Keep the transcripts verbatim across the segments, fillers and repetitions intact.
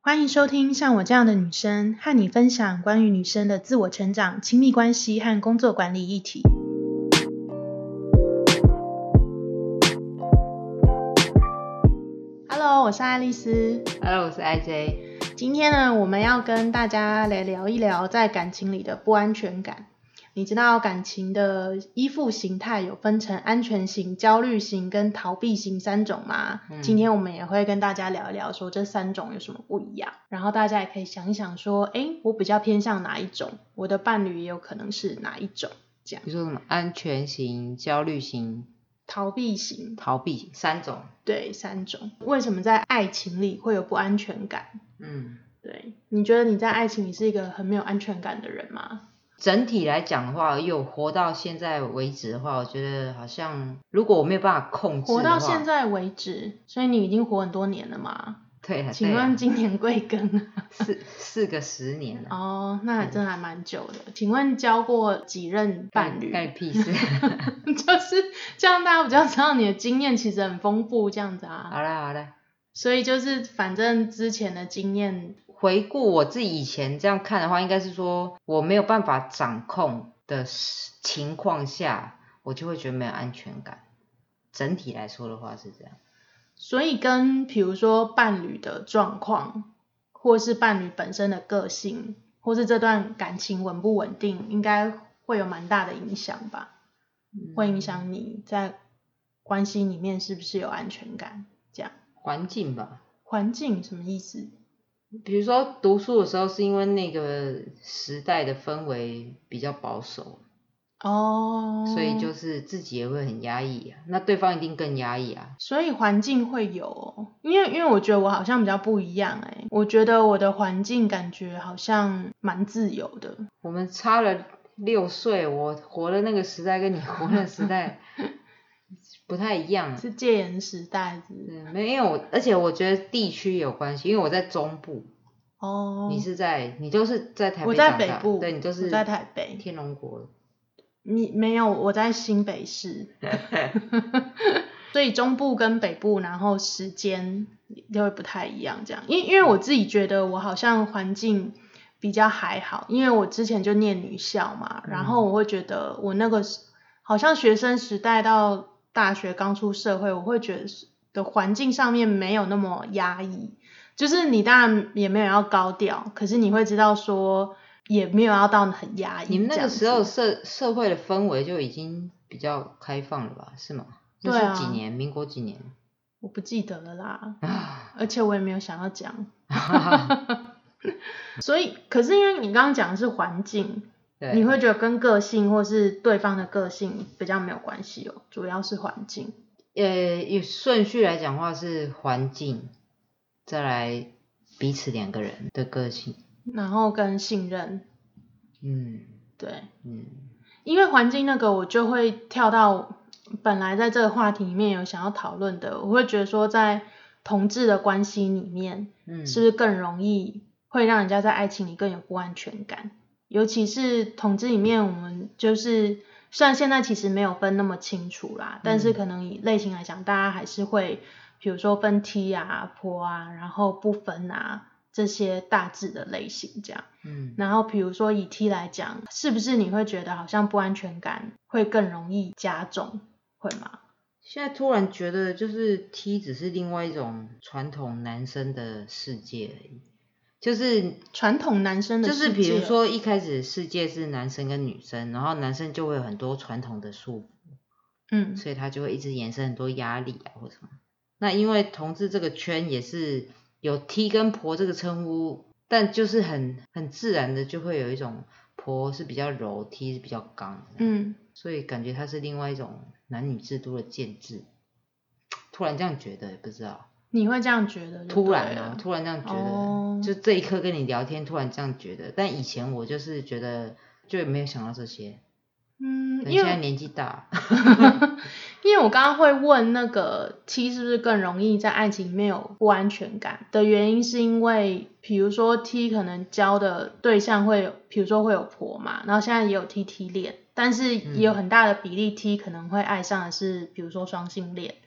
欢迎收听像我这样的女生，和你分享关于女生的自我成长、亲密关系和工作管理议题。Hello， 我是爱丽丝。 Hello， 我是 I J。 今天呢，我们要跟大家来聊一聊在感情里的不安全感。你知道感情的依附形态有分成安全型、焦虑型跟逃避型三种吗？嗯、今天我们也会跟大家聊一聊说这三种有什么不一样，然后大家也可以想一想说，诶，我比较偏向哪一种，我的伴侣也有可能是哪一种，这样。 比如说什么安全型、焦虑型、 逃避型、 逃避型，三种。 对，三种。为什么在爱情里会有不安全感？ 嗯， 对，你觉得你在爱情里是一个很没有安全感的人吗？ 整体来讲的话，有活到现在为止的话，我觉得好像如果我没有办法控制的话， 活到现在为止，所以你已经活很多年了嘛？ 对啊。 请问今年贵庚？ 四四个十年了。 哦，那还真的还蛮久的。嗯、请问交过几任伴侣？ 干屁事。 就是这样，大家比较知道你的经验其实很丰富，这样子啊。 好啦好啦。 所以就是反正之前的经验。 回顾我自己以前这样看的话，应该是说我没有办法掌控的情况下，我就会觉得没有安全感。整体来说的话是这样。 所以跟比如说伴侣的状况，或是伴侣本身的个性，或是这段感情稳不稳定，应该会有蛮大的影响吧？嗯、会影响你在关系里面是不是有安全感？这样。 环境吧。 环境什么意思？ 比如说读书的时候是因为那个时代的氛围比较保守哦， 所以就是自己也会很压抑啊，那对方一定更压抑啊。 所以环境会有，因为因为我觉得我好像比较不一样哎、欸，我觉得我的环境感觉好像蛮自由的。 我们差了六岁，我活的那个时代跟你活的时代不太一样， 是戒严时代是不是？ 嗯，没有，而且我觉得地区有关系，因为我在中部。 哦， 你是在，你都是在台北长大。我在北部， 对，你都是我在台北天龙国。 你没有，我在新北市。所以中部跟北部，然后时间就会不太一样，这样。因因为我自己觉得我好像环境比较还好，因为我之前就念女校嘛，然后我会觉得我那个好像学生时代到大学刚出社会，我会觉得的环境上面没有那么压抑，就是你当然也没有要高调，可是你会知道说也没有要到很压抑。 你们那个时候社社会的氛围就已经比较开放了吧？是吗？ 对啊。 那是几年？民国几年？ 我不记得了啦，而且我也没有想要讲。所以，可是因为你刚刚讲的是环境，你会觉得跟个性或是对方的个性比较没有关系哦，主要是环境。 呃，以顺序来讲的话是环境，再来彼此两个人的个性， 然后跟信任。 嗯， 对， 嗯， 因为环境那个我就会跳到本来在这个话题里面有想要讨论的，我会觉得说在同志的关系里面，嗯，是不是更容易会让人家在爱情里更有不安全感？尤其是同志里面，我们就是虽然现在其实没有分那么清楚啦，但是可能以类型来讲，大家还是会比如说分 T 啊、婆啊，然后不分啊这些大致的类型这样。嗯，然后比如说以 T 来讲，是不是你会觉得好像不安全感会更容易加重？会吗？ 现在突然觉得就是 T 只是另外一种传统男生的世界而已，就是传统男生的世界， 就是比如说一开始世界是男生跟女生，然后男生就会有很多传统的束缚，嗯，所以他就会一直衍生很多压力啊或什么。那因为同志这个圈也是有 T 跟婆这个称呼，但就是很很自然的就会有一种婆是比较柔 ，T 是比较刚，嗯，所以感觉它是另外一种男女制度的建制。突然这样觉得，也不知道。 你会这样觉得？ 突然啊，突然这样觉得， 哦， 就这一刻跟你聊天，突然这样觉得。但以前我就是觉得，就没有想到这些。嗯，因为现在年纪大。 因为我刚刚会问那个 T 是不是更容易在爱情里面有不安全感的原因，是因为比如说 T 可能交的对象会，比如说会有婆嘛，然后现在也有 T T 恋，但是也有很大的比例 T 可能会爱上的是比如说双性恋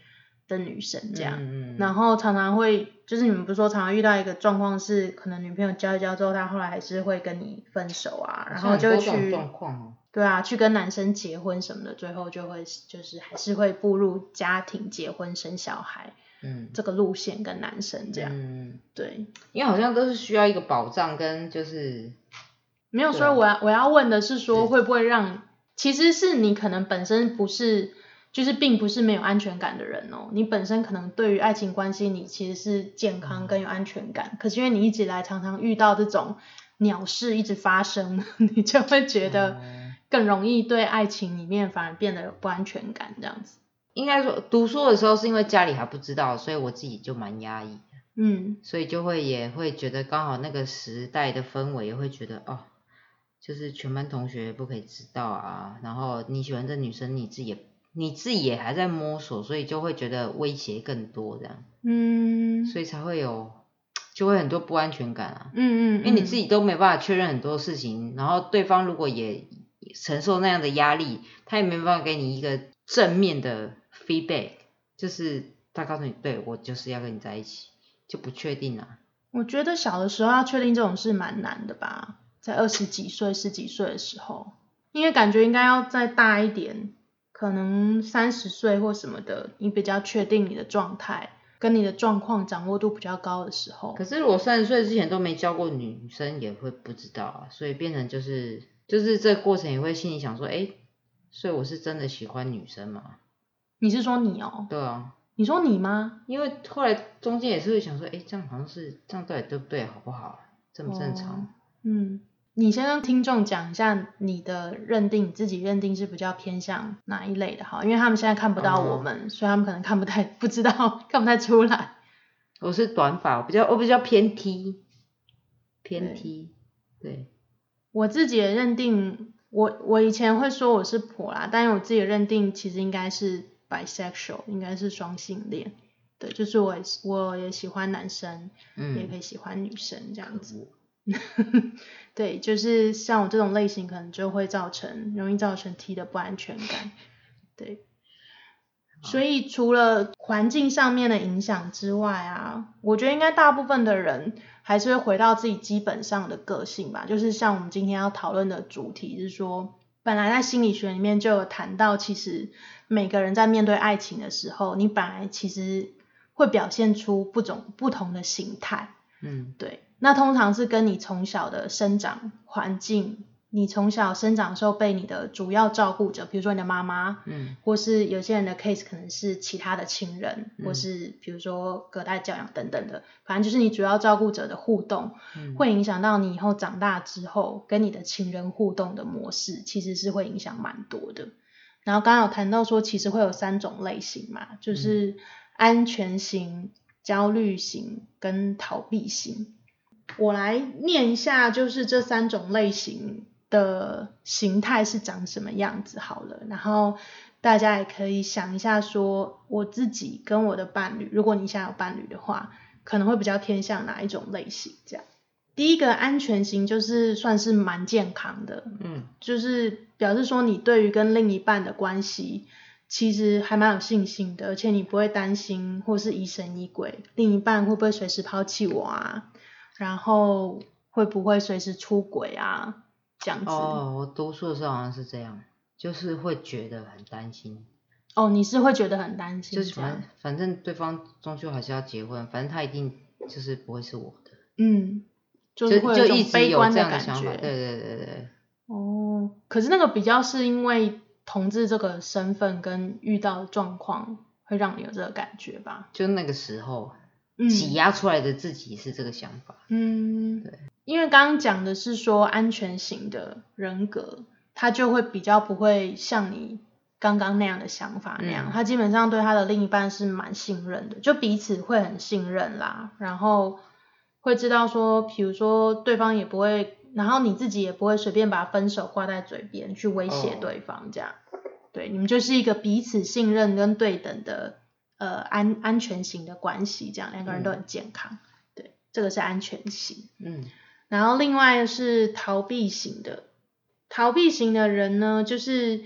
的女生这样， 嗯嗯然后常常会就是你们不是说常常遇到一个状况是可能女朋友交一交之后，她后来还是会跟你分手啊，然后就会去状况哦， 对啊，去跟男生结婚什么的，最后就会就是还是会步入家庭结婚生小孩。嗯，这个路线跟男生这样，嗯，对， 因为好像都是需要一个保障跟就是没有，所以我要我要问的是说会不会让，其实是你可能本身不是，就是并不是没有安全感的人哦，你本身可能对于爱情关系你其实是健康跟有安全感，可是因为你一直以来常常遇到这种鸟事一直发生，你就会觉得更容易对爱情里面反而变得有不安全感这样子。 应该说读书的时候是因为家里还不知道，所以我自己就蛮压抑，嗯，所以就会也会觉得刚好那个时代的氛围也会觉得哦，就是全班同学不可以知道啊，然后你喜欢这女生你自己也你自己也还在摸索，所以就会觉得威胁更多这样，嗯，所以才会有就会很多不安全感啊，嗯嗯, 嗯，因为你自己都没办法确认很多事情，然后对方如果也承受那样的压力，他也没办法给你一个正面的feedback， 就是他告诉你对我就是要跟你在一起，就不确定啊。 我觉得小的时候要确定这种事蛮难的吧，在二十几岁十几岁的时候，因为感觉应该要再大一点，可能三十岁或什么的，你比较确定你的状态跟你的状况掌握度比较高的时候。 可是我三十岁之前都没交过女生也会不知道啊，所以变成就是就是这个过程也会心里想说，哎，所以我是真的喜欢女生吗？ 你是说你哦？ 对啊。 你说你吗？ 因为后来中间也是会想说，哎，这样好像是这样到底对不对，好不好，正不正常？哦、 嗯，你先跟听众讲一下你的认定，你自己认定是比较偏向哪一类的哈，因为他们现在看不到我们，哦、所以他们可能看不太不知道看不太出来。 我是短发，我比较我比较偏 T， 偏 T， 对。对我自己的认定，我我以前会说我是婆啦，但是我自己的认定其实应该是 bisexual， 应该是双性恋。对，就是我也我也喜欢男生，嗯、也可以喜欢女生这样子。对，就是像我这种类型，可能就会造成容易造成 T 的不安全感。对，所以除了环境上面的影响之外啊，我觉得应该大部分的人还是会回到自己基本上的个性吧。就是像我们今天要讨论的主题是说，本来在心理学里面就有谈到，其实每个人在面对爱情的时候，你本来其实会表现出不种不同的形态。嗯，对。那通常是跟你从小的生长环境，你从小生长的时候被你的主要照顾者，比如说你的妈妈，嗯，或是有些人的 case 可能是其他的亲人，嗯、或是比如说隔代教养等等的，反正就是你主要照顾者的互动，嗯、会影响到你以后长大之后跟你的亲人互动的模式，其实是会影响蛮多的。然后刚刚有谈到说，其实会有三种类型嘛，就是安全型、焦虑型跟逃避型。我来念一下，就是这三种类型的形态是长什么样子好了，然后大家也可以想一下说，我自己跟我的伴侣，如果你现在有伴侣的话，可能会比较偏向哪一种类型这样。第一个安全型就是算是蛮健康的，嗯，就是表示说你对于跟另一半的关系其实还蛮有信心的，而且你不会担心或是疑神疑鬼，另一半会不会随时抛弃我啊，然后会不会随时出轨啊这样子。 哦，我读书的时候好像是这样，就是会觉得很担心。 哦，你是会觉得很担心， 就是反正反正对方终究还是要结婚，反正他一定就是不会是我的。 嗯，就是会有一种悲观的感觉。 对对对对。 哦，可是那个比较是因为同志这个身份跟遇到的状况会让你有这个感觉吧？ 就那个时候挤压出来的自己是这个想法。 嗯，对。因为刚刚讲的是说安全型的人格，他就会比较不会像你刚刚那样的想法那样，嗯、他基本上对他的另一半是蛮信任的，就彼此会很信任啦，然后会知道说，比如说对方也不会，然后你自己也不会随便把分手挂在嘴边去威胁对方这样。哦、对，你们就是一个彼此信任跟对等的呃安安全型的关系，这样两个人都很健康。嗯、对，这个是安全型。嗯。然后另外是逃避型的，逃避型的人呢，就是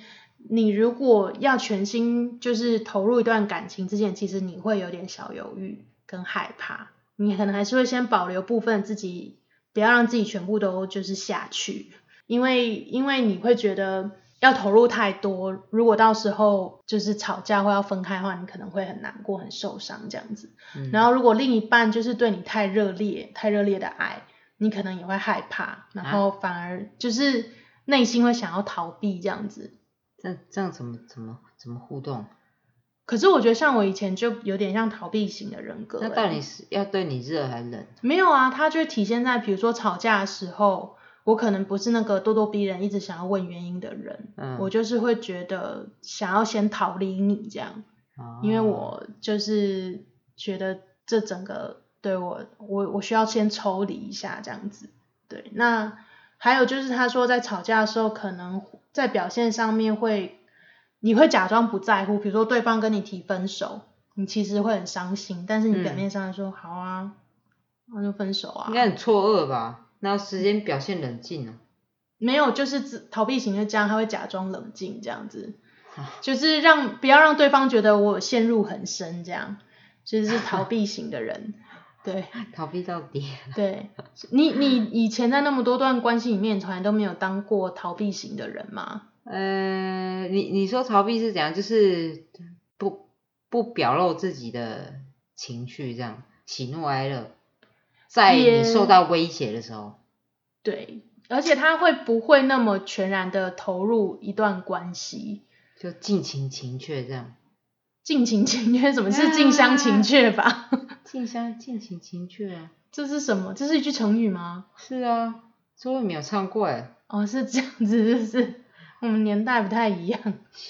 你如果要全心就是投入一段感情之前，其实你会有点小犹豫跟害怕，你可能还是会先保留部分自己，不要让自己全部都就是下去，因为因为你会觉得要投入太多，如果到时候就是吵架或要分开的话，你可能会很难过很受伤这样子、嗯、然后如果另一半就是对你太热烈太热烈的爱，你可能也会害怕，然后反而就是内心会想要逃避这样子。 这这样怎么怎么怎么互动？ 可是我觉得像我以前就有点像逃避型的人格、欸。 那到底是要对你热还是冷？ 没有啊，它就会体现在比如说吵架的时候，我可能不是那个咄咄逼人一直想要问原因的人、嗯、我就是会觉得想要先逃离你这样、哦、因为我就是觉得这整个对我我我需要先抽离一下这样子。对，那还有就是他说在吵架的时候可能在表现上面会你会假装不在乎，比如说对方跟你提分手，你其实会很伤心，但是你表面上说、嗯、好啊那就分手啊， 应该很错愕吧，哪有时间表现冷静啊？ 没有，就是逃避型就这样，他会假装冷静这样子，就是让不要让对方觉得我陷入很深这样，就是逃避型的人对， 逃避到底。 对，你你以前在那么多段关系里面从来都没有当过逃避型的人吗？ 呃，你你说逃避是怎样？就是不不表露自己的情绪，这样喜怒哀乐，在你受到威胁的时候。 对，而且他会不会那么全然的投入一段关系？ 就尽情情却这样。 尽情情却，什么是近乡情却吧？ 近乡尽情情却啊？ 这是什么？这是一句成语吗？ 是啊，周慧敏有唱过哎。 哦，是这样子，就是我们年代不太一样。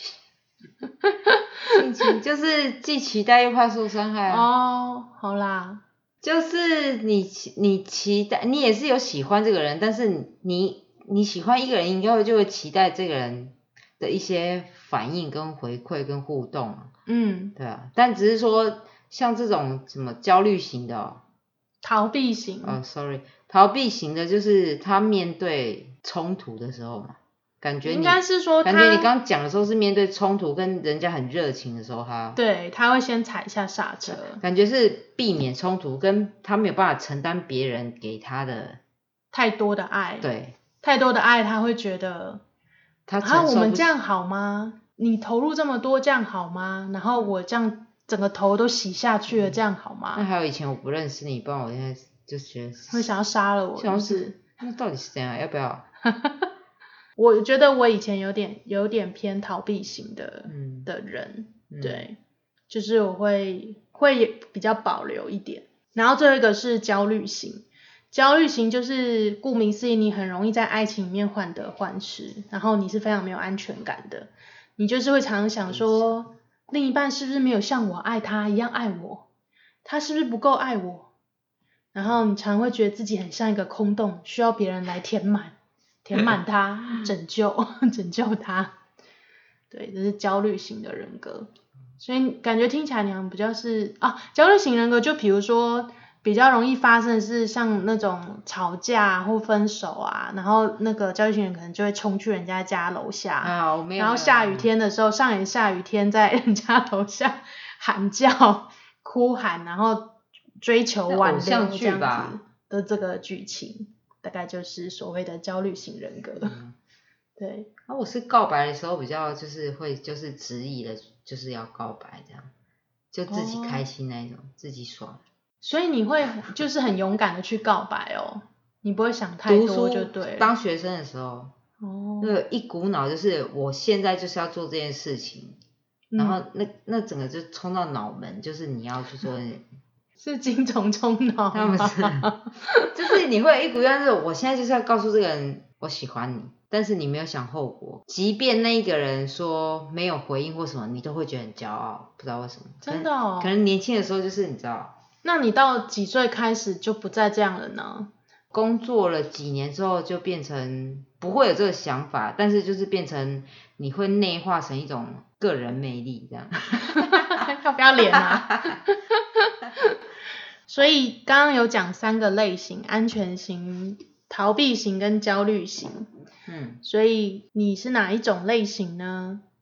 近情就是既期待又怕受伤害啊。 哦，好啦， 就是你你期待，你也是有喜欢这个人，但是你你喜欢一个人，应该就会期待这个人的一些反应跟回馈跟互动啊。嗯，对啊，但只是说像这种什么焦虑型的哦， 逃避型哦 ，sorry， 逃避型的就是他面对冲突的时候嘛，感觉你应该是说他感觉你刚刚讲的时候是面对冲突跟人家很热情的时候，他对他会先踩一下刹车， 感觉是避免冲突，跟他没有办法承担别人给他的太多的爱， 对， 太多的爱他会觉得他承受不啊我们这样好吗？你投入这么多这样好吗？然后我这样整个头都洗下去了，这样好吗？ 那还有以前我不认识你，不然我现在就觉得会想要杀了我， 想要是那到底是怎样？要不要？ 我觉得我以前有点有点偏逃避型的、嗯、的人，对、嗯，就是我会会比较保留一点。然后最后一个是焦虑型，焦虑型就是顾名思义，你很容易在爱情里面患得患失，然后你是非常没有安全感的，你就是会常常想说，另一半是不是没有像我爱他一样爱我？他是不是不够爱我？然后你常会觉得自己很像一个空洞，需要别人来填满。填满他，拯救拯救他，对，这是焦虑型的人格，所以感觉听起来你好像比较是啊，焦虑型人格就比如说比较容易发生的是像那种吵架或分手啊，然后那个焦虑型人可能就会冲去人家家楼下， 啊，我没有， 然后下雨天的时候，上演下雨天在人家楼下喊叫、哭喊，然后追求挽留这样子的这个剧情。大概就是所谓的焦虑型人格、嗯、对。 啊，我是告白的时候比较就是会就是执意的就是要告白这样，就自己开心那一种、哦、自己爽。 所以你会就是很勇敢的去告白哦，你不会想太多就对了。 当学生的时候哦，那个一股脑就是我现在就是要做这件事情、嗯、然后那那整个就冲到脑门，就是你要去做是精虫冲脑吗？ 不是，就是你会一股样子，我现在就是要告诉这个人我喜欢你，但是你没有想后果，即便那一个人说没有回应或什么，你都会觉得很骄傲，不知道为什么。 真的哦？ 可能, 可能年轻的时候就是你知道。 那你到几岁开始就不再这样了呢？ 工作了几年之后就变成不会有这个想法，但是就是变成你会内化成一种个人魅力这样。 要不要脸啊？所以刚刚有讲三个类型，安全型、逃避型跟焦虑型。嗯，所以你是哪一种类型呢？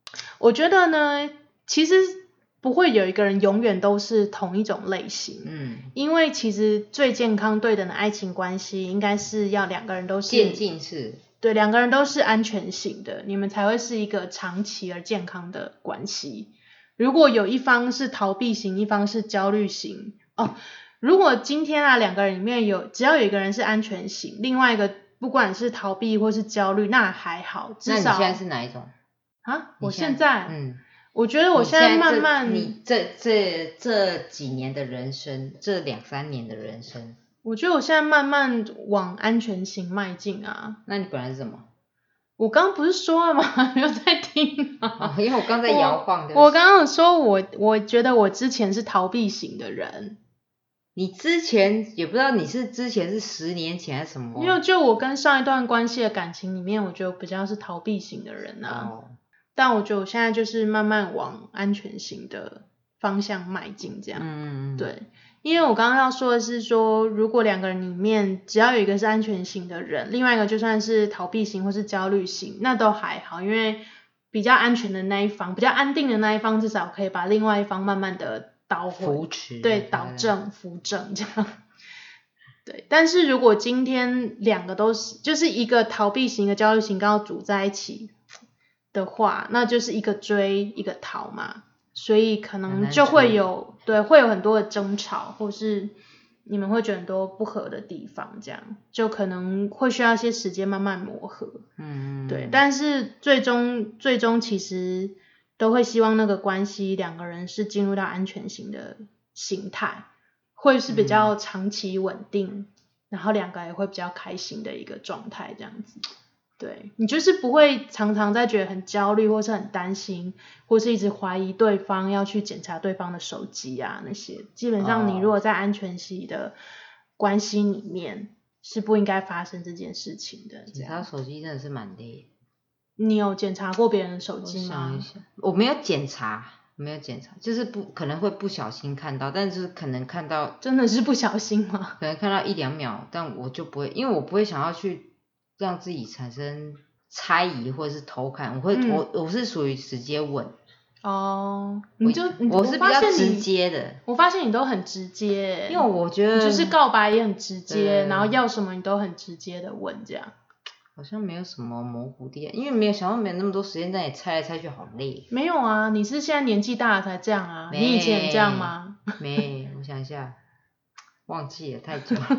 我觉得呢，其实不会有一个人永远都是同一种类型，嗯，因为其实最健康对等的爱情关系，应该是要两个人都是渐进式， 对，两个人都是安全型的，你们才会是一个长期而健康的关系。如果有一方是逃避型，一方是焦虑型，哦，如果今天啊两个人里面有只要有一个人是安全型，另外一个不管是逃避或是焦虑，那还好，至少。 那你现在是哪一种？ 啊，我现在，嗯。我觉得我现在慢慢， 你这这这几年的人生，这两三年的人生， 我觉得我现在慢慢往安全型迈进啊。 那你本来是什么？ 我刚刚不是说了吗？没有在听吗？ 哦，因为我刚在摇晃的。 我刚刚有说我我觉得我之前是逃避型的人。 你之前也不知道你是之前是十年前还是什么？ 因为就我跟上一段关系的感情里面，我觉得我比较是逃避型的人啊。哦。但我觉得我现在就是慢慢往安全型的方向迈进，这样，嗯，对，因为我刚刚要说的是说，如果两个人里面只要有一个是安全型的人，另外一个就算是逃避型或是焦虑型，那都还好，因为比较安全的那一方，比较安定的那一方，至少可以把另外一方慢慢的导回， 扶持， 对，导正、扶正这样。对，但是如果今天两个都是，就是一个逃避型、一个焦虑型刚好组在一起的话，那就是一个追一个逃嘛，所以可能就会有对会有很多的争吵，或是你们会觉得很多不合的地方，这样就可能会需要一些时间慢慢磨合。嗯，对，但是最终最终其实都会希望那个关系两个人是进入到安全型的形态，会是比较长期稳定，嗯、然后两个也会比较开心的一个状态，这样子。对，你就是不会常常在觉得很焦虑，或是很担心，或是一直怀疑对方，要去检查对方的手机啊那些。基本上你如果在安全系的关系里面，是不应该发生这件事情的。 检查手机真的是蛮累。 你有检查过别人的手机吗？ 我想一想，我没有检查，没有检查，就是不可能会不小心看到，但是可能看到真的是不小心吗？ 可能看到一两秒，但我就不会，因为我不会想要去让自己产生猜疑或者是偷看，我会、嗯、我我是属于直接问。 哦，你就我, 我是比较直接的。 我发现你都很直接， 因为我觉得你就是告白也很直接，然后要什么你都很直接的问，这样。 好像没有什么模糊地带，因为没有想到没有那么多时间在那里猜来猜去，好累。 没有啊，你是现在年纪大了才这样啊，你以前也这样吗？ 没，我想一下，忘记了太久了。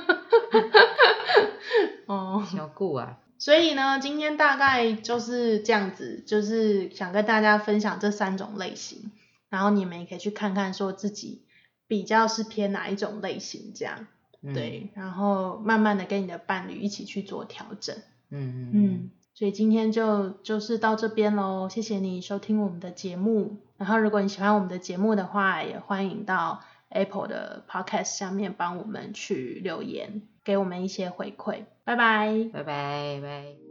哦， 小顾啊。 所以呢，今天大概就是这样子，就是想跟大家分享这三种类型，然后你们也可以去看看说自己比较是偏哪一种类型这样，嗯、对，然后慢慢的跟你的伴侣一起去做调整，嗯嗯嗯，所以今天就就是到这边咯，谢谢你收听我们的节目，然后如果你喜欢我们的节目的话，也欢迎到 Apple 的 Podcast 下面帮我们去留言，给我们一些回馈，拜拜， 拜拜拜。